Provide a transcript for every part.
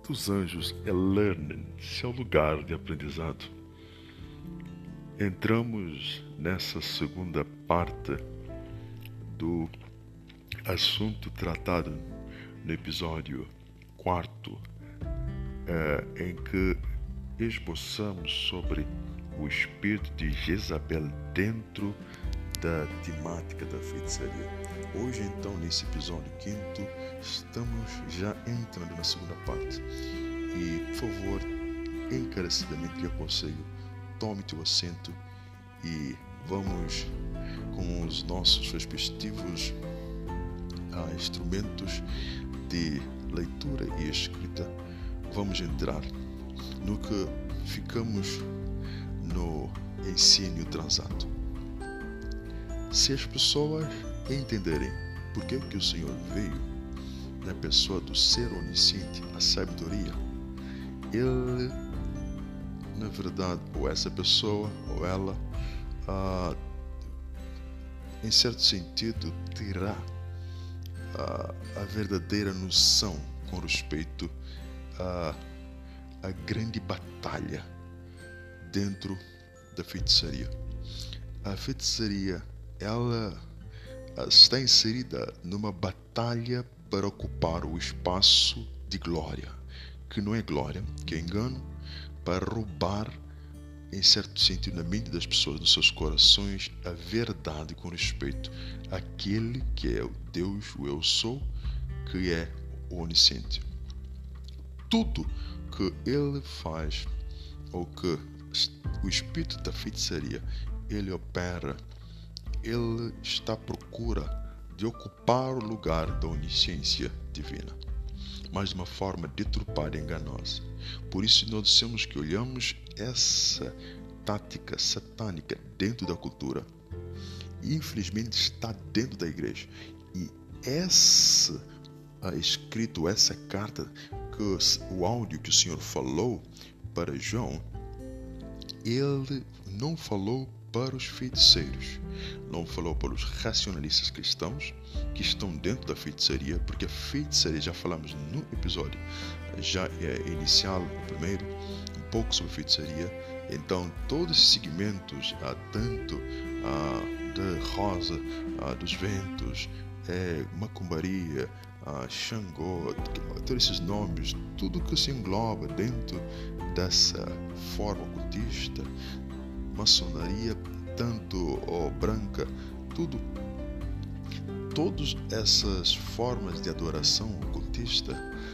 dos anjos é learning, seu lugar de aprendizado. Entramos nessa segunda parte do assunto tratado no episódio 4, em que esboçamos sobre o espírito de Jezabel dentro da temática da feitiçaria. Hoje, então, nesse episódio 5, estamos já entrando na segunda parte. E, por favor, encarecidamente lhe aconselho, tome teu assento e vamos com os nossos respectivos instrumentos de leitura e escrita. Vamos entrar no que ficamos no ensino transato. Se as pessoas entenderem por que o Senhor veio na pessoa do ser onisciente, a sabedoria, ele, na verdade, ou essa pessoa, ou ela, em certo sentido, terá a verdadeira noção com respeito à grande batalha dentro da feitiçaria. A feitiçaria, ela está inserida numa batalha para ocupar o espaço de glória, que não é glória, que é engano, para roubar, em certo sentido, na mente das pessoas, nos seus corações, a verdade com respeito àquele que é o Deus, o Eu Sou, que é o onisciente. Tudo que ele faz, ou que o espírito da feitiçaria, ele opera, ele está à procura de ocupar o lugar da onisciência divina, mas de uma forma deturpada e enganosa. Por isso nós dissemos que olhamos essa tática satânica dentro da cultura e infelizmente está dentro da igreja. E essa escrito, essa carta, o áudio que o Senhor falou para João, ele não falou para os feiticeiros, não falou para os racionalistas cristãos que estão dentro da feitiçaria, porque a feitiçaria, já falamos no episódio já inicial, o primeiro, um pouco sobre feitiçaria. Então todos esses segmentos, tanto da rosa, dos ventos, macumbaria, Xangô, todos esses nomes, tudo que se engloba dentro dessa forma ocultista, maçonaria, tanto branca, todas essas formas de adoração ocultista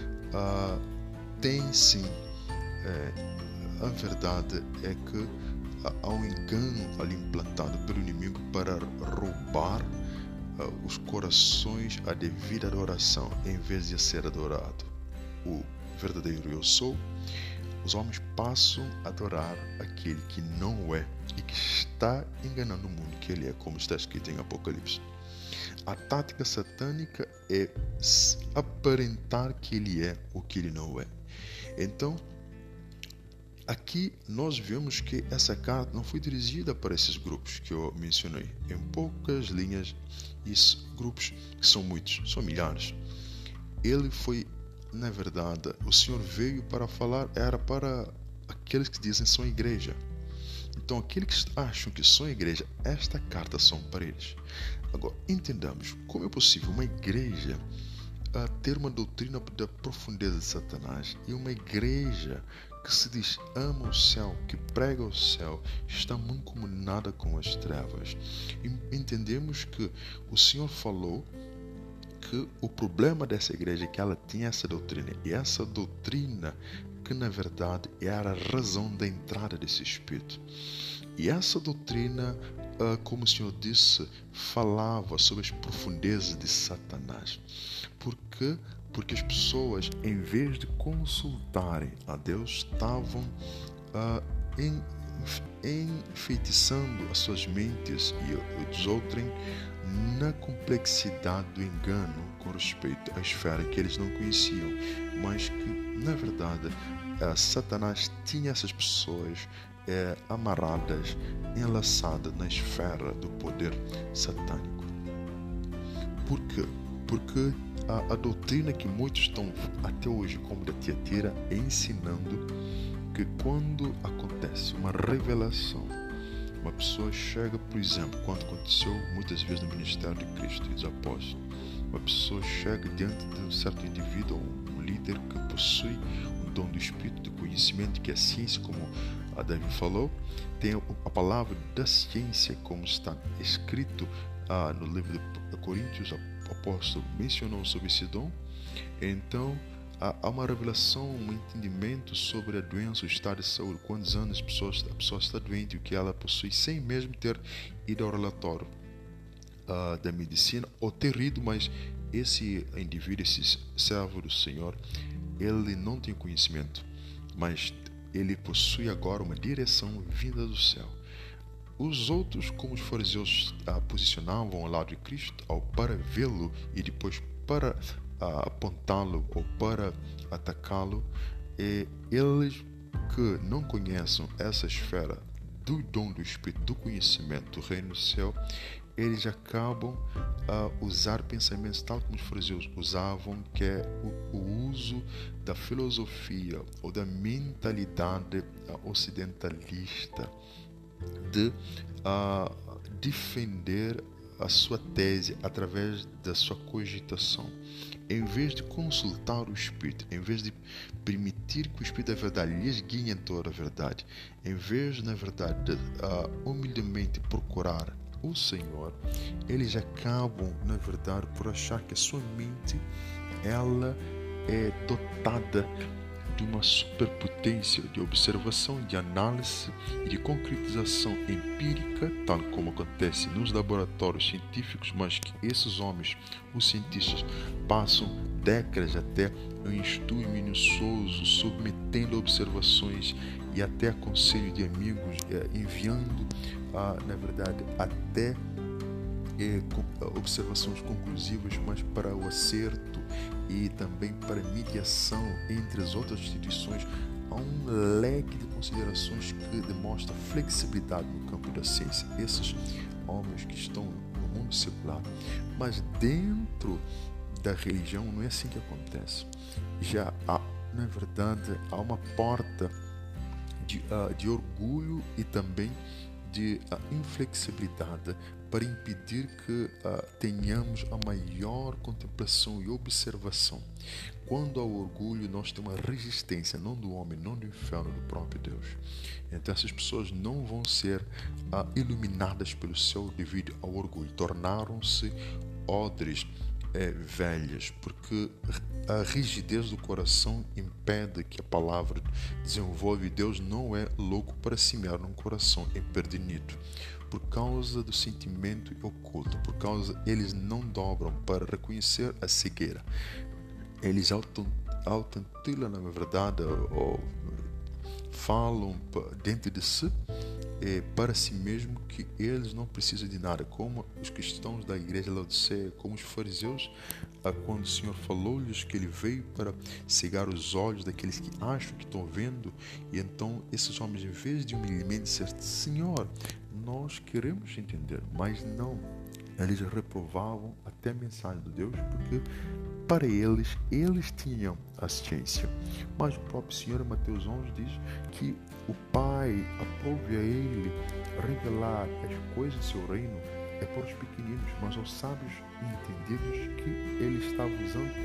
tem sim, a verdade é que há um engano ali implantado pelo inimigo para roubar os corações à devida adoração, em vez de ser adorado o verdadeiro Eu Sou. Os homens passam a adorar aquele que não é e que está enganando o mundo que ele é, como está escrito em Apocalipse. A tática satânica é aparentar que ele é o que ele não é. Então, aqui nós vemos que essa carta não foi dirigida para esses grupos que eu mencionei. Em poucas linhas, esses grupos, que são muitos, são milhares, ele foi, na verdade, o Senhor veio para falar, era para aqueles que dizem são igreja. Então, aqueles que acham que são igreja, esta carta são para eles. Agora, entendamos, como é possível uma igreja ter uma doutrina da profundeza de Satanás e uma igreja que se diz ama o céu, que prega o céu, está mancomunada com as trevas? Entendemos que o Senhor falou que o problema dessa igreja é que ela tinha essa doutrina, e essa doutrina que na verdade era a razão da entrada desse espírito. E essa doutrina, como o Senhor disse, falava sobre as profundezas de Satanás. Por quê? Porque as pessoas, em vez de consultarem a Deus, estavam enfeitiçando as suas mentes e os outrem na complexidade do engano com respeito à esfera que eles não conheciam, mas que, na verdade, Satanás tinha essas pessoas amarradas, enlaçadas na esfera do poder satânico. Por quê? Porque a doutrina que muitos estão até hoje, como da Tiatira, ensinando que quando acontece uma revelação, uma pessoa chega, por exemplo, quando aconteceu muitas vezes no ministério de Cristo e dos apóstolos, uma pessoa chega diante de um certo indivíduo ou um líder que possui um dom do Espírito, de conhecimento, que é a ciência, como a Davi falou, tem a palavra da ciência, como está escrito no livro de Coríntios, o apóstolo mencionou sobre esse dom. Então, há uma revelação, um entendimento sobre a doença, o estado de saúde, quantos anos a pessoa está doente, o que ela possui, sem mesmo ter ido ao relatório da medicina ou ter ido, mas esse indivíduo, esse servo do Senhor, ele não tem conhecimento, mas ele possui agora uma direção vinda do céu. Os outros, como os fariseus, posicionavam ao lado de Cristo para vê-lo e depois para apontá-lo ou para atacá-lo, eles que não conhecem essa esfera do dom do Espírito, do conhecimento do reino do céu, eles acabam a usar pensamentos tal como os fariseus usavam, que é o uso da filosofia ou da mentalidade ocidentalista de defender a sua tese através da sua cogitação. Em vez de consultar o Espírito, em vez de permitir que o Espírito da verdade lhes guie em toda a verdade, em vez, na verdade, de humildemente procurar o Senhor, eles acabam, na verdade, por achar que a sua mente ela é dotada de uma superpotência de observação, de análise e de concretização empírica, tal como acontece nos laboratórios científicos, mas que esses homens, os cientistas, passam décadas até em estudo minucioso, submetendo observações e até conselho de amigos, enviando, na verdade, até observações conclusivas, mas para o acerto e também para mediação entre as outras instituições. Há um leque de considerações que demonstra flexibilidade no campo da ciência. Esses homens que estão no mundo secular, mas dentro da religião não é assim que acontece. Já há, na verdade, há uma porta de orgulho e também de inflexibilidade para impedir que tenhamos a maior contemplação e observação. Quando há orgulho, nós temos uma resistência, não do homem, não do inferno, do próprio Deus. Então essas pessoas não vão ser iluminadas pelo céu devido ao orgulho. Tornaram-se odres velhas, porque a rigidez do coração impede que a palavra desenvolva. Deus não é louco para semear num coração empedernido. Por causa do sentimento oculto, por causa eles não dobram para reconhecer a cegueira. Eles autantilam, na verdade, ou falam dentro de si para si mesmo que eles não precisam de nada, como os cristãos da igreja de Laodiceia, como os fariseus, quando o Senhor falou-lhes que ele veio para cegar os olhos daqueles que acham que estão vendo, e então esses homens, em vez de humildemente dizer: Senhor, nós queremos entender, mas não, eles reprovavam até a mensagem de Deus, porque para eles tinham a ciência. Mas o próprio Senhor, em Mateus 11, diz que o Pai aprove a ele revelar as coisas do seu reino para os pequeninos, mas aos sábios entendidos, que ele estava usando,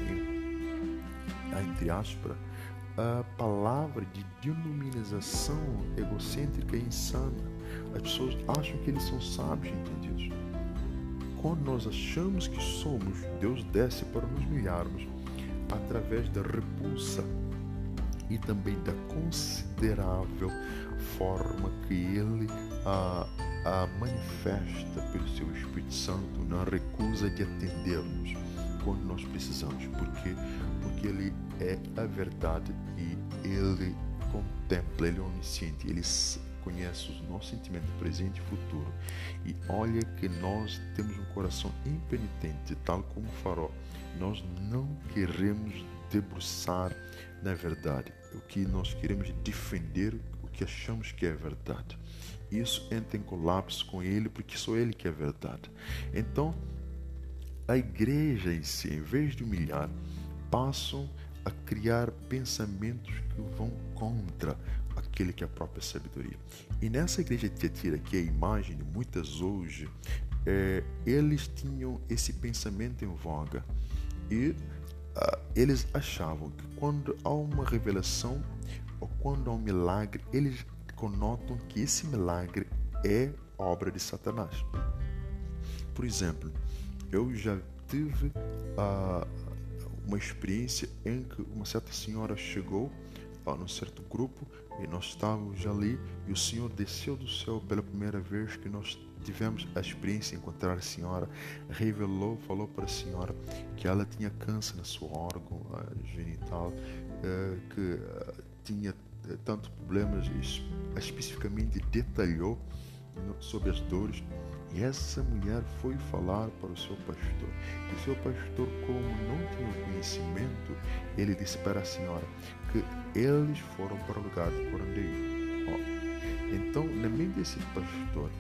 entre aspas, a palavra de denominação egocêntrica e insana. As pessoas acham que eles são sábios entendidos. Quando nós achamos que somos, Deus desce para nos humilharmos através da repulsa e também da considerável forma que Ele manifesta pelo seu Espírito Santo na recusa de atender-nos quando nós precisamos. Porque Ele é a verdade e Ele contempla, Ele é onisciente, Ele conhece os nossos sentimentos presente e futuro. E olha que nós temos um coração impenitente, tal como o farol. Nós não queremos debruçar na verdade. O que nós queremos é defender o que achamos que é verdade. Isso entra em colapso com Ele, porque só Ele que é verdade. Então, a igreja em si, em vez de humilhar, passam a criar pensamentos que vão contra aquele que é a própria sabedoria. E nessa igreja de Tiatira, que é a imagem de muitas hoje, eles tinham esse pensamento em voga e eles achavam que quando há uma revelação ou quando há um milagre, eles conotam que esse milagre é obra de Satanás. Por exemplo, eu já tive uma experiência em que uma certa senhora chegou num certo grupo e nós estávamos ali e o Senhor desceu do céu pela primeira vez que nós tivemos a experiência de encontrar a senhora, falou para a senhora que ela tinha câncer na sua órgão genital, que tinha tantos problemas, e especificamente detalhou sobre as dores. E essa mulher foi falar para o seu pastor. E o seu pastor, como não tinha conhecimento, ele disse para a senhora que eles foram para o lugar de curandeiro. Então, na mente desse pastor,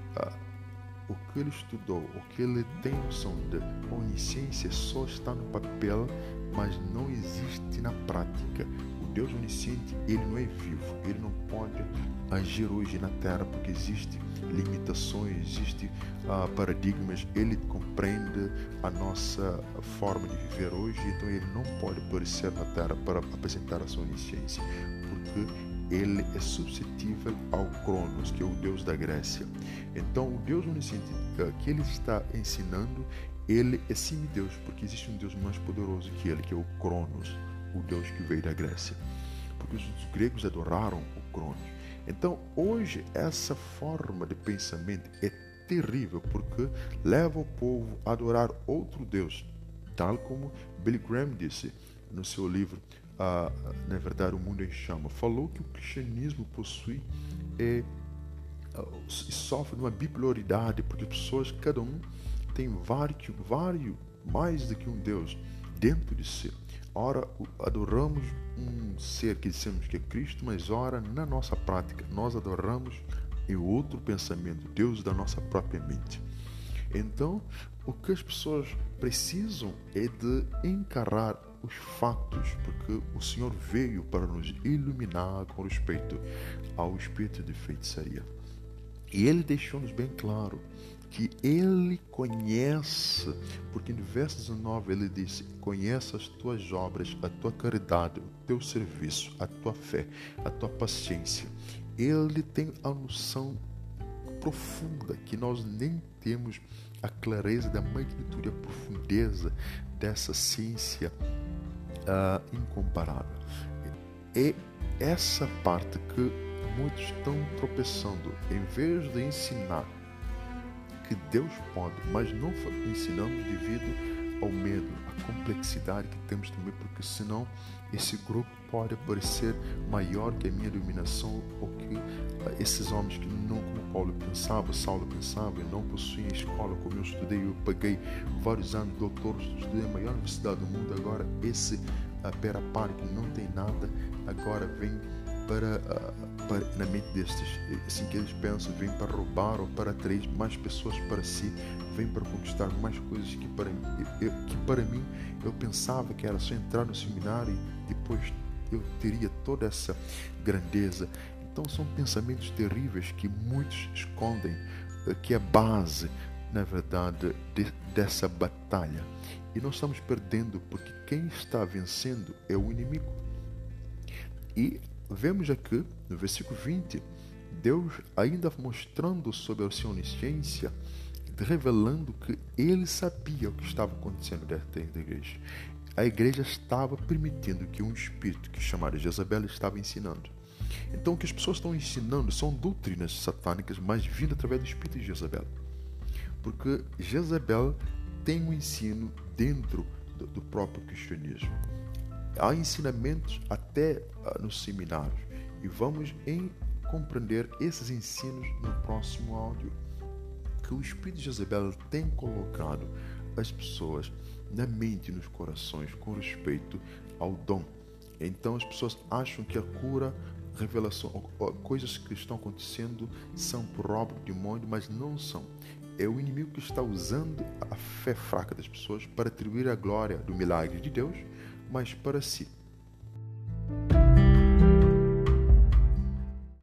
o que ele estudou, o que ele tem noção de onisciência só está no papel, mas não existe na prática. O Deus onisciente, ele não é vivo, ele não pode agir hoje na Terra porque existem limitações, existem paradigmas, ele compreende a nossa forma de viver hoje, então ele não pode aparecer na Terra para apresentar a sua onisciência, porque ele é suscetível ao Cronos, que é o Deus da Grécia. Então o Deus onisciente que ele está ensinando, ele é semideus, porque existe um Deus mais poderoso que ele, que é o Cronos, o Deus que veio da Grécia, porque os gregos adoraram o Cronos. Então hoje essa forma de pensamento é terrível, porque leva o povo a adorar outro Deus, tal como Billy Graham disse no seu livro na verdade, O Mundo em Chama. Falou que o cristianismo possui sofre de uma bipolaridade, porque pessoas, cada um tem vários, mais do que um Deus dentro de si. Ora, adoramos um ser que dizemos que é Cristo, mas ora, na nossa prática, nós adoramos em outro pensamento, Deus da nossa própria mente. Então, o que as pessoas precisam é de encarar os fatos, porque o Senhor veio para nos iluminar com respeito ao espírito de feitiçaria. E Ele deixou-nos bem claro que Ele conhece, porque no verso 19 Ele disse: conhece as tuas obras, a tua caridade, o teu serviço, a tua fé, a tua paciência. Ele tem a noção profunda que nós nem temos a clareza da magnitude e a profundeza dessa ciência incomparável. É essa parte que muitos estão tropeçando. Em vez de ensinar que Deus pode, mas não ensinamos devido ao medo, à complexidade que temos também, porque senão esse grupo pode parecer maior que a minha dominação, ou que esses homens que não, como Saulo pensava, e não possuem escola como eu estudei, eu paguei vários anos de doutor, estudei a maior universidade do mundo, agora esse perapar que não tem nada, agora vem para na mente destes, assim que eles pensam, vem para roubar ou para atrair mais pessoas para si, vem para conquistar mais coisas que para mim eu pensava que era só entrar no seminário e depois eu teria toda essa grandeza. Então são pensamentos terríveis que muitos escondem, que é a base, na verdade, dessa batalha. E nós estamos perdendo porque quem está vencendo é o inimigo. E vemos aqui no versículo 20, Deus ainda mostrando sobre a sua onisciência, revelando que ele sabia o que estava acontecendo dentro da igreja. A igreja estava permitindo que um espírito que chamado Jezabel estava ensinando. Então o que as pessoas estão ensinando são doutrinas satânicas, mas vindo através do espírito de Jezabel. Porque Jezabel tem um ensino dentro do próprio cristianismo. Há ensinamentos até nos seminários, e vamos compreender esses ensinos no próximo áudio, que o espírito de Jezabel tem colocado as pessoas na mente e nos corações com respeito ao dom. Então as pessoas acham que a cura, revelação, coisas que estão acontecendo são por obra do demônio, mas não são. É o inimigo que está usando a fé fraca das pessoas para atribuir a glória do milagre de Deus, mas para si.